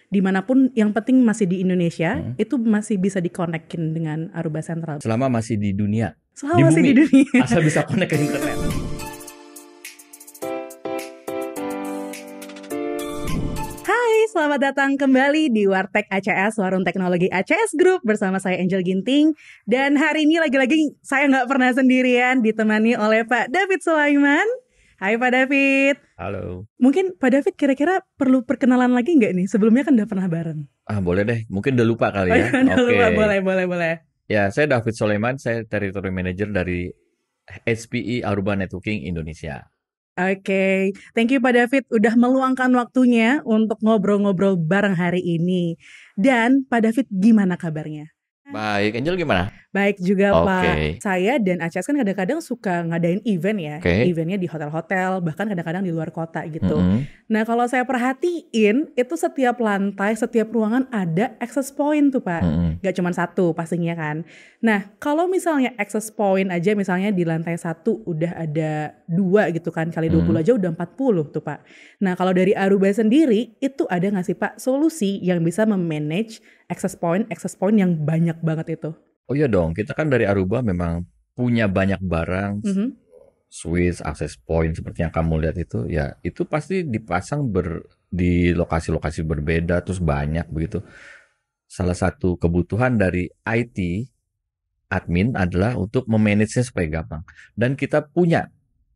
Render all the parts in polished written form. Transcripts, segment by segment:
dimanapun yang penting masih di Indonesia, itu masih bisa dikonekin dengan Aruba Central. Selama masih di dunia, Selama masih di dunia. asal bisa connect ke internet. Selamat datang kembali di Warteg ACS, Warung Teknologi ACS Group, bersama saya Angel Ginting. Dan hari ini lagi-lagi saya nggak pernah sendirian, ditemani oleh Pak David Sulaiman. Hai Pak David. Halo. Mungkin Pak David kira-kira perlu perkenalan lagi nggak nih? Sebelumnya kan udah pernah bareng. Boleh deh, mungkin udah lupa kali ya. Lupa, boleh. Ya, saya David Sulaiman, saya Territory Manager dari HPE Aruba Networking Indonesia. Oke, thank you Pak David udah meluangkan waktunya untuk ngobrol-ngobrol bareng hari ini. Dan Pak David gimana kabarnya? Baik, Angel gimana? Baik juga Oke. Pak. Saya dan ACS kan kadang-kadang suka ngadain event ya. Oke. Eventnya di hotel-hotel, bahkan kadang-kadang di luar kota gitu. Mm-hmm. Nah kalau saya perhatiin, itu setiap lantai, setiap ruangan ada access point tuh Pak. Mm-hmm. Gak cuma satu pastinya kan. Nah kalau misalnya access point aja misalnya di lantai 1 udah ada 2 gitu kan. Kali 20 aja udah 40 tuh Pak. Nah kalau dari Aruba sendiri, itu ada gak sih Pak solusi yang bisa memanage access point yang banyak banget itu? Oh iya dong, kita kan dari Aruba memang punya banyak barang, switch, access point seperti yang kamu lihat itu, ya itu pasti dipasang di lokasi-lokasi berbeda, terus banyak begitu. Salah satu kebutuhan dari IT admin adalah untuk memanage-nya supaya gampang. Dan kita punya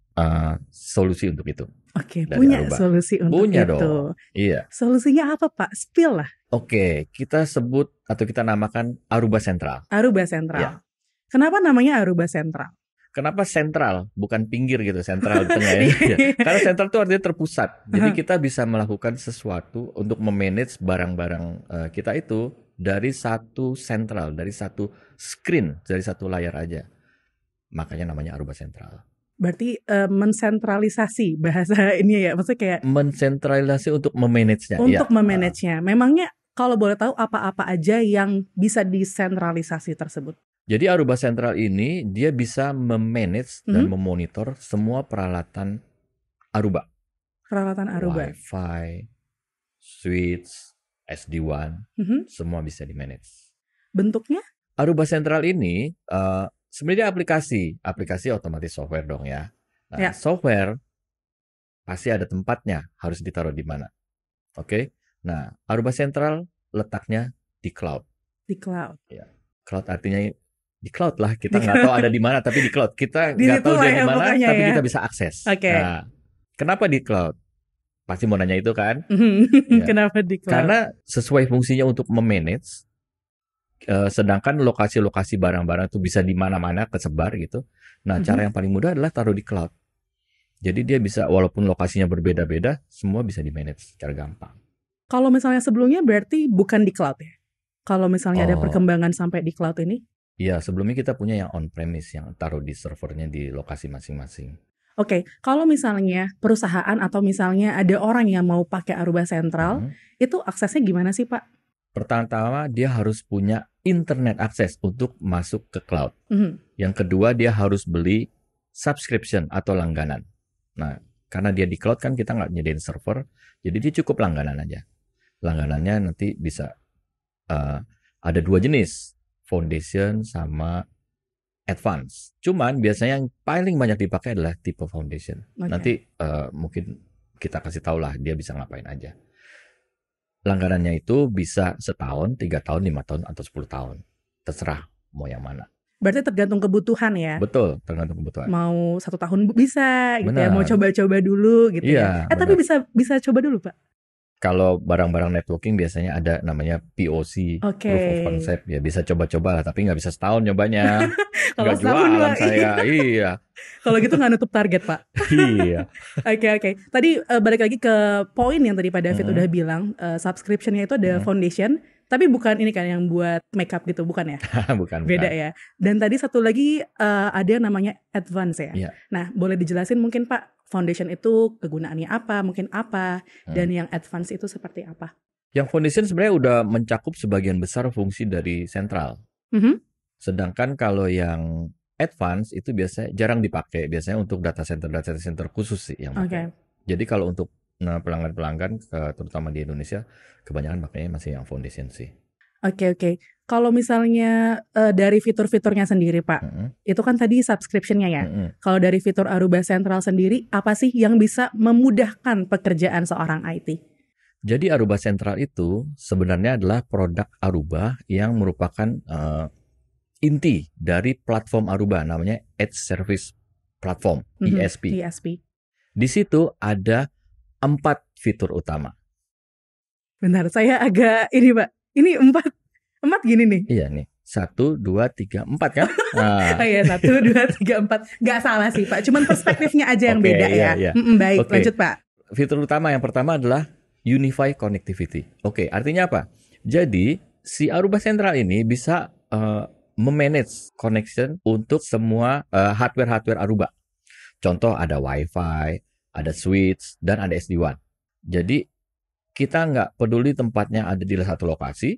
solusi untuk itu. Oke, dari punya Aruba. solusi untuk Punya itu. Dong. Iya. Solusinya apa Pak? Spill lah. Oke, kita sebut atau kita namakan Aruba Central. Aruba Central. Ya. Kenapa namanya Aruba Central? Kenapa sentral, bukan pinggir gitu, sentral di tengah ya. Karena sentral itu artinya terpusat. Jadi kita bisa melakukan sesuatu untuk memanage barang-barang kita itu dari satu sentral, dari satu screen, dari satu layar aja. Makanya namanya Aruba Central. Berarti mensentralisasi bahasa ini ya, maksudnya kayak mensentralisasi untuk memanage-nya. Untuk memanage-nya. Memangnya kalau boleh tahu apa-apa aja yang bisa disentralisasi tersebut? Jadi Aruba Central ini dia bisa memanage dan memonitor semua peralatan Aruba. Peralatan Aruba. Wi-Fi, switch, SD-WAN, semua bisa di-manage. Bentuknya? Aruba Central ini sebenarnya aplikasi otomatis software dong ya. Nah, ya. Software pasti ada tempatnya, harus ditaruh di mana. Oke. Nah, Aruba Central letaknya di cloud. Di cloud. Ya. Cloud artinya di cloud lah, kita nggak tahu ada di mana, tapi di cloud. Kita nggak tahu dia di mana, tapi kita bisa akses. Okay. Nah, kenapa di cloud? Pasti mau nanya itu kan? Ya. Kenapa di cloud? Karena sesuai fungsinya untuk memanage, sedangkan lokasi-lokasi barang-barang itu bisa di mana-mana kesebar gitu. Nah, cara yang paling mudah adalah taruh di cloud. Jadi dia bisa, walaupun lokasinya berbeda-beda, semua bisa di-manage secara gampang. Kalau misalnya sebelumnya berarti bukan di cloud ya? Kalau misalnya ada perkembangan sampai di cloud ini? Iya, sebelumnya kita punya yang on-premise, yang taruh di servernya di lokasi masing-masing. Oke, kalau misalnya perusahaan atau misalnya ada orang yang mau pakai Aruba Central, itu aksesnya gimana sih Pak? Pertama, dia harus punya internet akses untuk masuk ke cloud. Yang kedua, dia harus beli subscription atau langganan. Nah, karena dia di cloud kan kita nggak nyediain server, jadi dia cukup langganan aja. Langganannya nanti bisa ada 2 jenis, foundation sama advance. Cuman biasanya yang paling banyak dipakai adalah tipe foundation. Okay. Nanti mungkin kita kasih tahu lah dia bisa ngapain aja. Langganannya itu bisa setahun, 3 tahun, 5 tahun, atau 10 tahun. Terserah mau yang mana. Berarti tergantung kebutuhan ya? Betul, tergantung kebutuhan. Mau 1 tahun bisa gitu ya, mau coba-coba dulu gitu ya. Tapi bisa coba dulu Pak? Kalau barang-barang networking biasanya ada namanya POC, Proof of Concept. Ya bisa coba-coba lah, tapi nggak bisa setahun nyobanya. Kalau jualan saya, iya. Kalau gitu nggak nutup target Pak. Iya. Oke. Tadi balik lagi ke poin yang tadi Pak David udah bilang, subscription-nya itu ada foundation, tapi bukan ini kan yang buat makeup gitu, bukan ya? bukan. Beda ya. Dan tadi satu lagi ada yang namanya advance ya. Iya. Nah, boleh dijelasin mungkin Pak, foundation itu kegunaannya apa, mungkin apa, dan yang advance itu seperti apa? Yang foundation sebenarnya udah mencakup sebagian besar fungsi dari sentral. Sedangkan kalau yang advance itu biasanya jarang dipakai, biasanya untuk data center khusus sih yang pakai. Jadi kalau untuk Nah, pelanggan-pelanggan terutama di Indonesia kebanyakan pakainya masih yang foundation sih. Oke. Kalau misalnya dari fitur-fiturnya sendiri, Pak, itu kan tadi subscription-nya ya. Kalau dari fitur Aruba Central sendiri, apa sih yang bisa memudahkan pekerjaan seorang IT? Jadi Aruba Central itu sebenarnya adalah produk Aruba yang merupakan inti dari platform Aruba, namanya Edge Service Platform, ESP. Di situ ada 4 fitur utama. Bentar, saya agak ini Pak. Ini 4 gini nih. Iya nih. 1, 2, 3, 4 kan? Nah. Oh iya, 1, 2, 3, 4. Nggak salah sih Pak. Cuman perspektifnya aja yang beda ya. Iya. Baik, lanjut Pak. Fitur utama yang pertama adalah Unify Connectivity. Artinya apa? Jadi si Aruba Central ini bisa memanage connection untuk semua hardware Aruba. Contoh ada Wi-Fi, ada switch, dan ada SD-WAN. Jadi kita nggak peduli tempatnya ada di satu lokasi,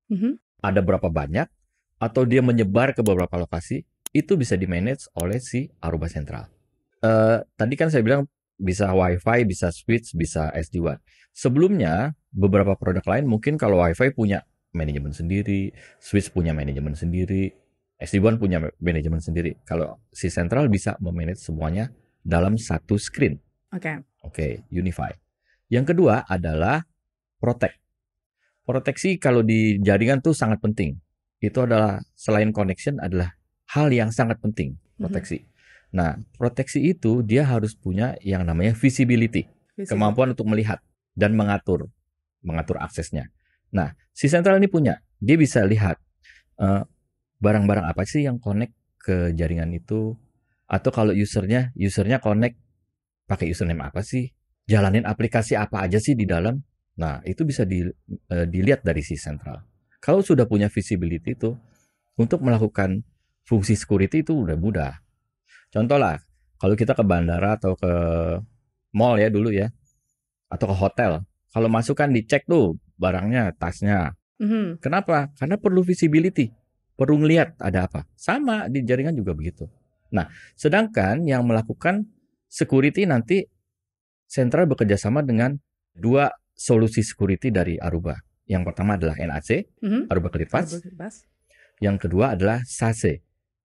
ada berapa banyak, atau dia menyebar ke beberapa lokasi, itu bisa di-manage oleh si Aruba Central. Tadi kan saya bilang bisa Wi-Fi, bisa switch, bisa SD-WAN. Sebelumnya, beberapa produk lain mungkin kalau Wi-Fi punya manajemen sendiri, switch punya manajemen sendiri, SD-WAN punya manajemen sendiri. Kalau si Central bisa memanage semuanya dalam satu screen. Oke, Unify. Yang kedua adalah Protect. Proteksi kalau di jaringan tuh sangat penting. Itu adalah selain connection adalah hal yang sangat penting, proteksi. Nah, proteksi itu dia harus punya yang namanya visibility. Kemampuan untuk melihat dan mengatur aksesnya. Nah, si Central ini punya, dia bisa lihat barang-barang apa sih yang connect ke jaringan itu, atau kalau usernya connect pakai username apa sih, jalanin aplikasi apa aja sih di dalam. Nah, itu bisa dilihat dari si Central. Kalau sudah punya visibility itu, untuk melakukan fungsi security itu udah mudah. Contoh lah, kalau kita ke bandara atau ke mall ya dulu ya, atau ke hotel, kalau masuk kan dicek tuh barangnya, tasnya. Kenapa? Karena perlu visibility, perlu ngelihat ada apa. Sama di jaringan juga begitu. Nah, sedangkan yang melakukan security nanti Central bekerja sama dengan 2 solusi security dari Aruba. Yang pertama adalah NAC, Aruba ClearPass. Yang kedua adalah SASE,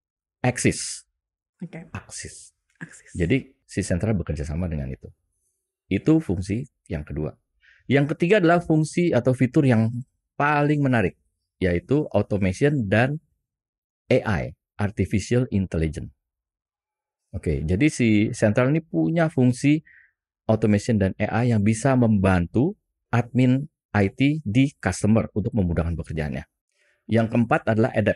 Axis. Axis. Jadi si Central bekerja sama dengan itu. Itu fungsi yang kedua. Yang ketiga adalah fungsi atau fitur yang paling menarik, yaitu automation dan AI, Artificial Intelligence. Jadi si Central ini punya fungsi automation dan AI yang bisa membantu admin IT di customer untuk memudahkan pekerjaannya. Yang keempat adalah adapt.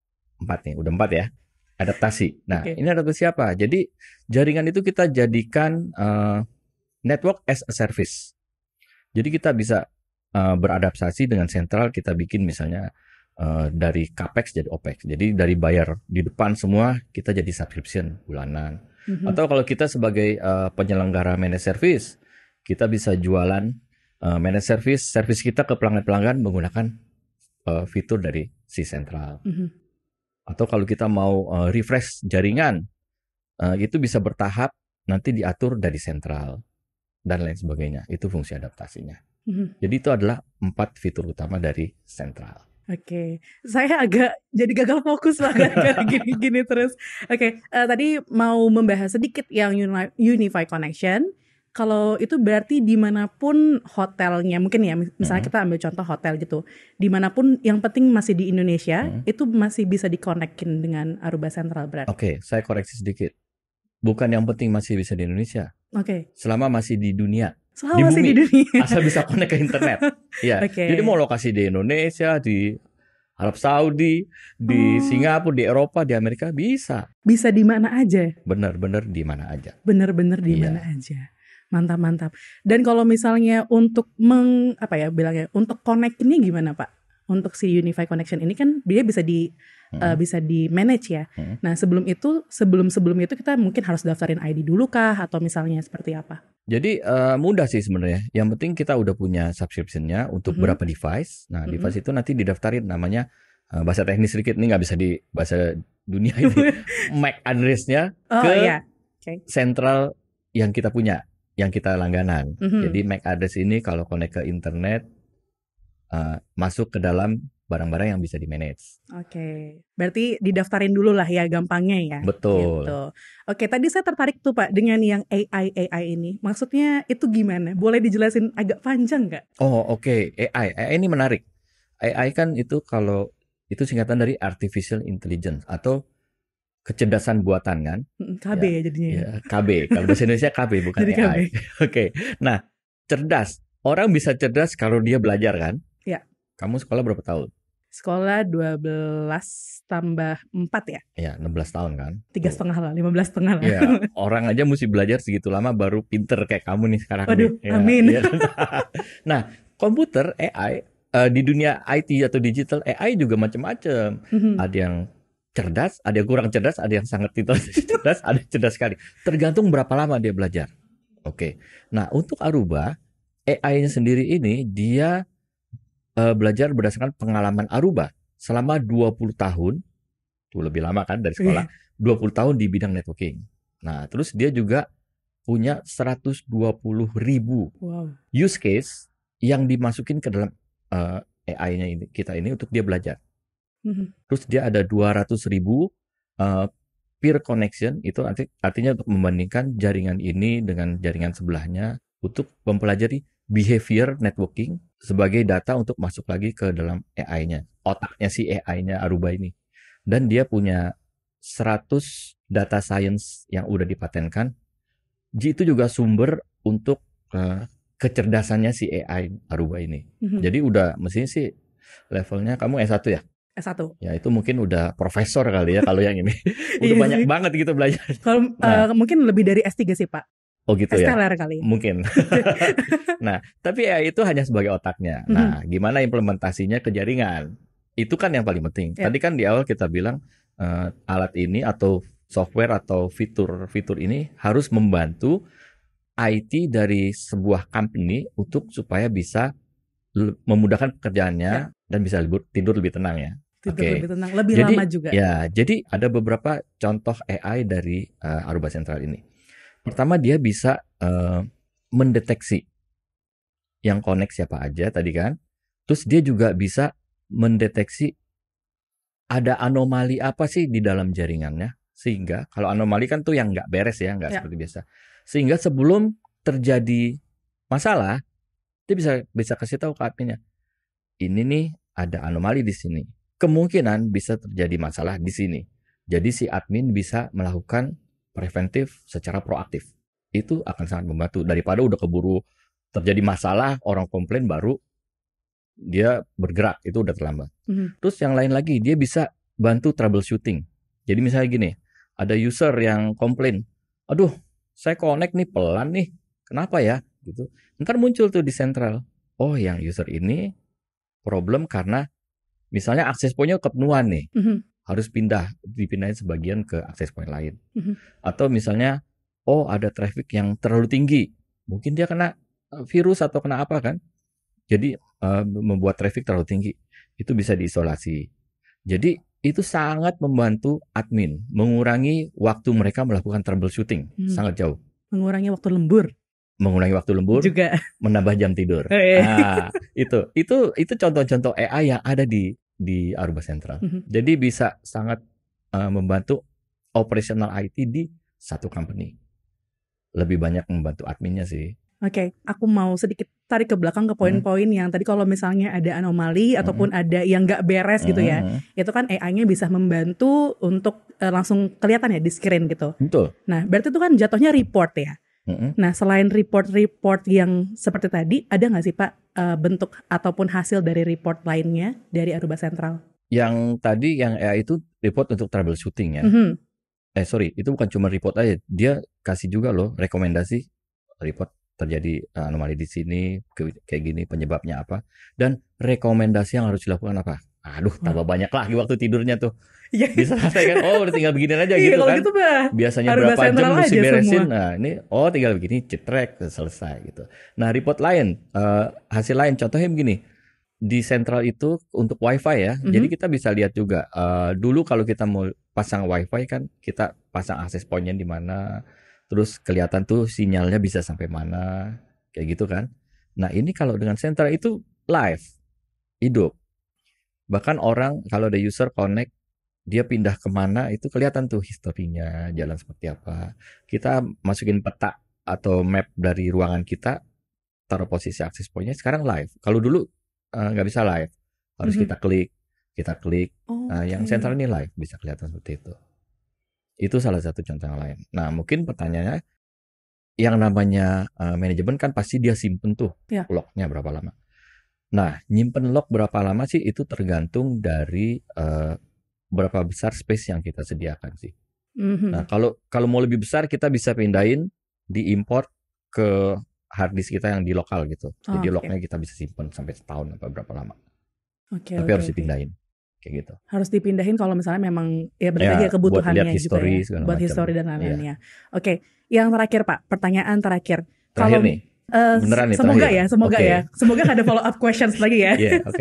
4 nih, udah 4 ya. Adaptasi. Nah, ini adaptasi apa? Jadi jaringan itu kita jadikan network as a service. Jadi kita bisa beradaptasi dengan Central, kita bikin misalnya dari CAPEX jadi OPEX. Jadi dari bayar di depan semua kita jadi subscription bulanan. Atau kalau kita sebagai penyelenggara managed service, kita bisa jualan managed service kita ke pelanggan-pelanggan menggunakan fitur dari si Central. Atau kalau kita mau refresh jaringan, itu bisa bertahap, nanti diatur dari Central dan lain sebagainya. Itu fungsi adaptasinya. Jadi itu adalah 4 fitur utama dari Central. Saya agak jadi gagal fokus lah gara-gara gini-gini terus. Tadi mau membahas sedikit yang Unify Connection. Kalau itu berarti dimanapun hotelnya, mungkin ya misalnya kita ambil contoh hotel gitu, dimanapun yang penting masih di Indonesia, itu masih bisa dikonekin dengan Aruba Central berarti. Saya koreksi sedikit. Bukan yang penting masih bisa di Indonesia. Selama masih di dunia. Selama masih di dunia. Asal bisa connect ke internet. Jadi mau lokasi di Indonesia, di Arab Saudi, di Singapura, di Eropa, di Amerika bisa. Bisa di mana aja. Benar-benar di mana aja. Benar-benar di mana aja. Mantap. Dan kalau misalnya untuk untuk connect ini gimana Pak? Untuk si Unify Connection ini kan dia bisa di manage ya. Nah sebelum itu kita mungkin harus daftarin ID dulu kah atau misalnya seperti apa? Jadi mudah sih sebenarnya. Yang penting kita udah punya subscription-nya untuk berapa device. Nah device itu nanti didaftarin namanya bahasa teknis sedikit, ini nggak bisa di bahasa dunia ini. MAC address-nya ke Central yang kita punya. yang kita langganan. Jadi MAC address ini kalau connect ke internet masuk ke dalam barang-barang yang bisa di-manage. Oke, berarti didaftarin dulu lah ya gampangnya ya. Betul. Gitu. Oke, tadi saya tertarik tuh Pak dengan yang AI ini. Maksudnya itu gimana? Boleh dijelasin agak panjang nggak? Oh oke. AI ini menarik. AI kan itu kalau itu singkatan dari Artificial Intelligence atau kecerdasan buatan kan? KB ya jadinya. Ya, KB. Kalau bahasa Indonesia KB bukan Jadi AI. KB. Oke. Nah, cerdas. Orang bisa cerdas kalau dia belajar kan? Ya. Kamu sekolah berapa tahun? Sekolah 12 tambah 4 ya? Ya, 16 tahun kan? 3,5 lah, 15,5 lah. Ya, orang aja mesti belajar segitu lama baru pinter kayak kamu nih sekarang. Waduh, nih. Ya, amin. Ya. Nah, komputer AI di dunia IT atau digital AI juga macam-macam. Ada yang cerdas, ada yang kurang cerdas, ada yang sangat tidak cerdas, ada yang cerdas sekali. Tergantung berapa lama dia belajar. Oke. Nah, untuk Aruba, AI-nya sendiri ini dia belajar berdasarkan pengalaman Aruba selama 20 tahun. Tuh lebih lama kan dari sekolah. 20 tahun di bidang networking. Nah, terus dia juga punya 120.000 use case yang dimasukin ke dalam AI-nya ini, kita ini untuk dia belajar. Terus dia ada 200.000 peer connection, itu artinya untuk membandingkan jaringan ini dengan jaringan sebelahnya untuk mempelajari behavior networking sebagai data untuk masuk lagi ke dalam AI-nya, otaknya si AI-nya Aruba ini. Dan dia punya 100 data science yang udah dipatenkan. Itu juga sumber untuk kecerdasannya si AI Aruba ini. Jadi udah mestinya sih levelnya kamu S1 ya? S1. Ya itu mungkin udah profesor kali ya kalau yang ini. Udah banyak banget gitu belajar. Kalau mungkin lebih dari S3 sih Pak. Oh gitu ya? STLR kali ya? Mungkin. Nah, tapi AI itu hanya sebagai otaknya. Nah, gimana implementasinya ke jaringan? Itu kan yang paling penting. Tadi kan di awal kita bilang alat ini atau software atau fitur ini harus membantu IT dari sebuah company untuk supaya bisa memudahkan pekerjaannya dan bisa tidur lebih tenang ya. Tidur lebih tenang, lebih lama juga. Ya, jadi ada beberapa contoh AI dari Aruba Central ini. Pertama dia bisa mendeteksi yang connect siapa aja tadi kan. Terus dia juga bisa mendeteksi ada anomali apa sih di dalam jaringannya. Sehingga kalau anomali kan tuh yang nggak beres ya, nggak seperti biasa. Sehingga sebelum terjadi masalah, dia bisa kasih tahu ke adminnya. Ini nih ada anomali di sini. Kemungkinan bisa terjadi masalah di sini. Jadi si admin bisa melakukan preventif secara proaktif. Itu akan sangat membantu daripada udah keburu terjadi masalah, orang komplain baru dia bergerak, itu udah terlambat. Terus yang lain lagi, dia bisa bantu troubleshooting. Jadi misalnya gini, ada user yang komplain, aduh saya connect nih pelan nih, kenapa ya? Gitu. Ntar muncul tuh di sentral, oh yang user ini problem karena misalnya akses point-nya kepenuhan nih, harus dipindahin sebagian ke akses point lain. Atau misalnya, oh ada traffic yang terlalu tinggi, mungkin dia kena virus atau kena apa kan? Jadi membuat traffic terlalu tinggi, itu bisa diisolasi. Jadi itu sangat membantu admin, mengurangi waktu mereka melakukan troubleshooting, sangat jauh. Mengurangi waktu lembur. Mengurangi waktu lembur, juga menambah jam tidur. Nah, itu contoh-contoh AI yang ada di Aruba Central. Jadi bisa sangat membantu operational IT di satu company. Lebih banyak membantu adminnya sih. Oke, aku mau sedikit tarik ke belakang ke poin-poin yang tadi kalau misalnya ada anomali ataupun ada yang nggak beres gitu ya, itu kan AI-nya bisa membantu untuk langsung kelihatan ya di screen gitu. Betul. Nah, berarti itu kan jatuhnya report ya. Nah, selain report yang seperti tadi, ada nggak sih Pak bentuk ataupun hasil dari report lainnya dari Aruba Central? Yang tadi yang AI itu report untuk troubleshooting ya. Sorry, itu bukan cuma report aja, dia kasih juga loh rekomendasi report terjadi anomali di sini, kayak gini penyebabnya apa, dan rekomendasi yang harus dilakukan apa. Aduh, tambah banyak lagi waktu tidurnya tuh. Bisa selesai kan, oh udah tinggal begini aja gitu kan. Gitu, biasanya Aruba berapa jam mesti beresin, semua. Nah ini, oh tinggal begini, cetrek, selesai gitu. Nah report lain, hasil lain, contohnya begini, di sentral itu untuk wifi ya, jadi kita bisa lihat juga, dulu kalau kita mau pasang wifi kan, kita pasang akses point-nya di mana, terus kelihatan tuh sinyalnya bisa sampai mana, kayak gitu kan. Nah ini kalau dengan sentral itu live, hidup. Bahkan orang kalau ada user connect, dia pindah kemana itu kelihatan tuh historinya, jalan seperti apa. Kita masukin peta atau map dari ruangan kita, taruh posisi access point-nya, sekarang live. Kalau dulu nggak bisa live, harus kita klik. Yang sentral ini live, bisa kelihatan seperti itu. Itu salah satu contoh yang lain. Nah mungkin pertanyaannya, yang namanya manajemen kan pasti dia simpen tuh lognya berapa lama. Nah nyimpen log berapa lama sih itu tergantung dari berapa besar space yang kita sediakan sih. Nah kalau mau lebih besar kita bisa pindahin, diimport ke hard disk kita yang di lokal gitu. Jadi lognya kita bisa simpen sampai setahun atau berapa lama. Tapi harus dipindahin. Kayak gitu. Harus dipindahin kalau misalnya memang ya berarti ya kebutuhannya buat history, juga ya. Buat history dan lain-lainnya. Oke, yang terakhir Pak, pertanyaan terakhir. Terakhir nih. Beneran nih semoga terakhir. Ya, semoga ya. Semoga ada follow up questions lagi ya.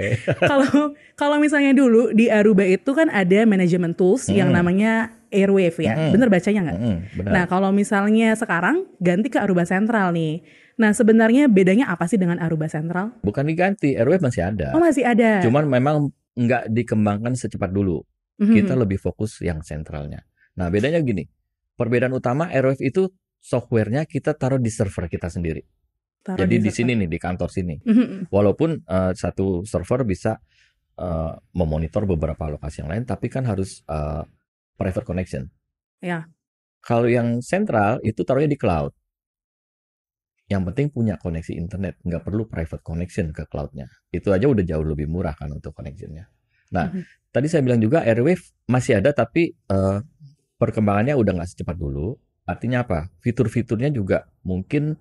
Kalau misalnya dulu di Aruba itu kan ada management tools yang namanya Airwave ya. Bener bacanya nggak? Benar. Nah, kalau misalnya sekarang ganti ke Aruba Central nih. Nah, sebenarnya bedanya apa sih dengan Aruba Central? Bukan diganti, Airwave masih ada. Oh, masih ada. Cuman memang nggak dikembangkan secepat dulu. Kita lebih fokus yang sentralnya. Nah bedanya gini, perbedaan utama Airwave itu softwarenya kita taruh di server kita sendiri. Jadi di sini nih, di kantor sini. Walaupun satu server bisa memonitor beberapa lokasi yang lain, tapi kan harus private connection. Ya. Kalau yang sentral itu taruhnya di cloud. Yang penting punya koneksi internet, nggak perlu private connection ke cloud-nya. Itu aja udah jauh lebih murah kan untuk connection-nya. Nah, tadi saya bilang juga Airwave masih ada, tapi perkembangannya udah nggak secepat dulu. Artinya apa? Fitur-fiturnya juga mungkin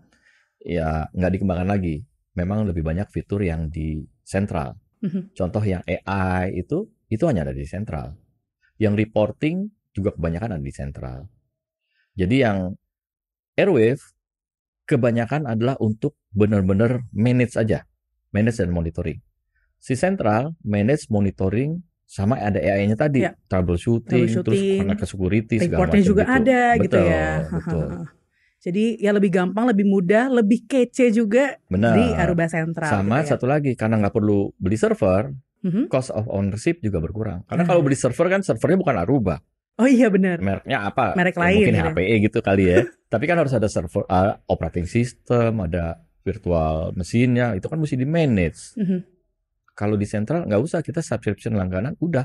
ya nggak dikembangkan lagi. Memang lebih banyak fitur yang di sentral. Contoh yang AI itu hanya ada di sentral. Yang reporting juga kebanyakan ada di sentral. Jadi yang Airwave kebanyakan adalah untuk benar-benar manage aja. Manage dan monitoring. Si sentral, manage, monitoring, sama ada AI-nya tadi. Troubleshooting, terus karena ke security, segala macam juga gitu. ada gitu ya. Betul. Jadi ya lebih gampang, lebih mudah, lebih kece juga. Benar. Di Aruba Central. Sama gitu ya. satu lagi, karena nggak perlu beli server, cost of ownership juga berkurang. Karena kalau beli server kan servernya bukan Aruba. Oh iya benar. Mereknya apa? Merek lain. Mungkin HPE gitu kali ya. Tapi kan harus ada server, operating system, ada virtual mesinnya. Itu kan mesti di manage. Kalau di sentral nggak usah, kita subscription langganan udah.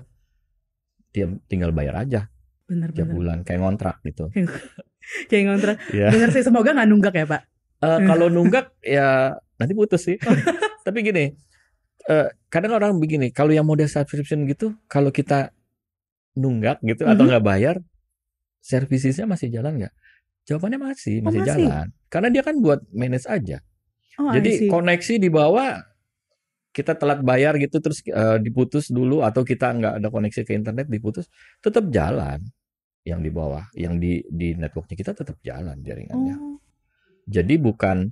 Dia tinggal bayar aja. Benar. Tiap bulan kayak ngontrak gitu. Kayak ngontrak. Benar sih, semoga nggak nunggak ya Pak. Kalau nunggak ya nanti putus sih. Tapi gini, kadang orang begini, kalau yang model subscription gitu, kalau kita nunggak gitu atau nggak bayar, servicesnya masih jalan nggak? Jawabannya masih jalan. Karena dia kan buat manage aja. Jadi koneksi di bawah, kita telat bayar gitu terus diputus dulu, atau kita nggak ada koneksi ke internet diputus, tetap jalan. Yang di bawah, yang di networknya kita tetap jalan jaringannya. Jadi bukan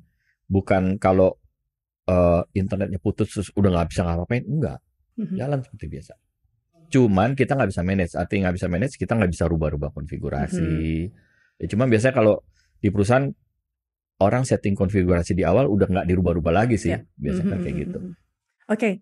kalau internetnya putus terus udah nggak bisa ngapain, enggak. Jalan seperti biasa. Cuman kita nggak bisa manage. Artinya nggak bisa manage, kita nggak bisa rubah-rubah konfigurasi. Ya, cuman biasanya kalau di perusahaan orang setting konfigurasi di awal udah nggak dirubah-rubah lagi sih. Biasanya kayak gitu. Oke.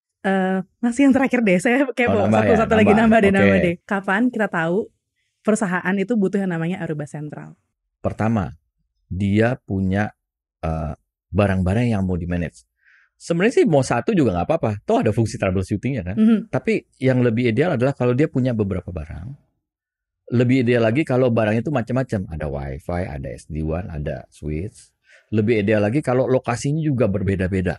Masih yang terakhir deh. Saya kepo satu lagi nambah deh. Kapan kita tahu perusahaan itu butuh yang namanya Aruba Central? Pertama, dia punya barang-barang yang mau di-manage. Sebenarnya sih mau satu juga nggak apa-apa. Toh ada fungsi troubleshooting-nya kan. Tapi yang lebih ideal adalah kalau dia punya beberapa barang. Lebih ideal lagi kalau barangnya itu macam-macam. Ada Wi-Fi, ada SD-WAN, ada switch. Lebih ideal lagi kalau lokasinya juga berbeda-beda.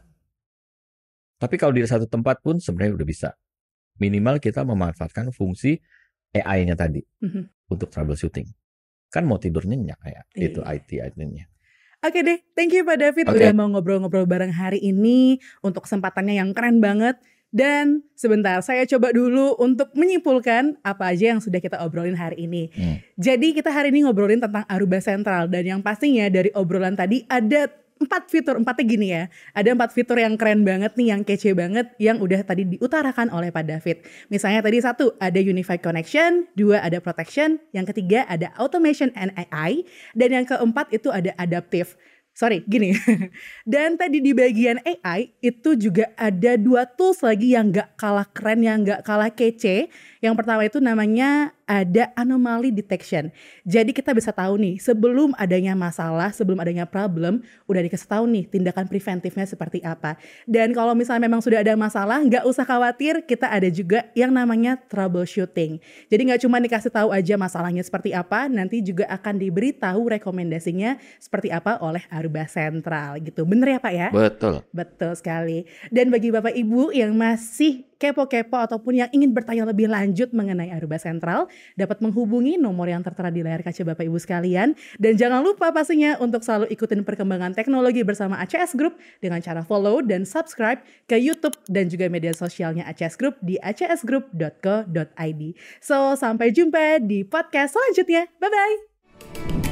Tapi kalau di satu tempat pun sebenarnya udah bisa. Minimal kita memanfaatkan fungsi AI-nya tadi untuk troubleshooting. Kan mau tidur nyenyak ya, itu IT-nya. Oke deh, thank you Pak David udah mau ngobrol-ngobrol bareng hari ini untuk kesempatannya yang keren banget. Dan sebentar, saya coba dulu untuk menyimpulkan apa aja yang sudah kita obrolin hari ini. Jadi kita hari ini ngobrolin tentang Aruba Central, dan yang pastinya dari obrolan tadi ada empatnya gini ya. Ada 4 fitur yang keren banget nih, yang kece banget, yang udah tadi diutarakan oleh Pak David. Misalnya tadi 1, ada Unified Connection, 2, ada Protection, yang ketiga ada Automation and AI, dan yang keempat itu ada Adaptive. Gini. Dan tadi di bagian AI itu juga ada 2 tools lagi yang gak kalah keren, yang gak kalah kece. Yang pertama itu namanya ada anomaly detection. Jadi kita bisa tahu nih, sebelum adanya masalah, sebelum adanya problem, udah dikasih tahu nih tindakan preventifnya seperti apa. Dan kalau misalnya memang sudah ada masalah, nggak usah khawatir, kita ada juga yang namanya troubleshooting. Jadi nggak cuma dikasih tahu aja masalahnya seperti apa, nanti juga akan diberitahu rekomendasinya seperti apa oleh Aruba Sentral gitu. Bener ya Pak ya? Betul. Betul sekali. Dan bagi Bapak Ibu yang masih kepo-kepo ataupun yang ingin bertanya lebih lanjut mengenai Aruba Sentral, dapat menghubungi nomor yang tertera di layar kaca Bapak Ibu sekalian. Dan jangan lupa pastinya untuk selalu ikutin perkembangan teknologi bersama ACS Group dengan cara follow dan subscribe ke YouTube dan juga media sosialnya ACS Group di acsgroup.co.id. So, sampai jumpa di podcast selanjutnya. Bye-bye!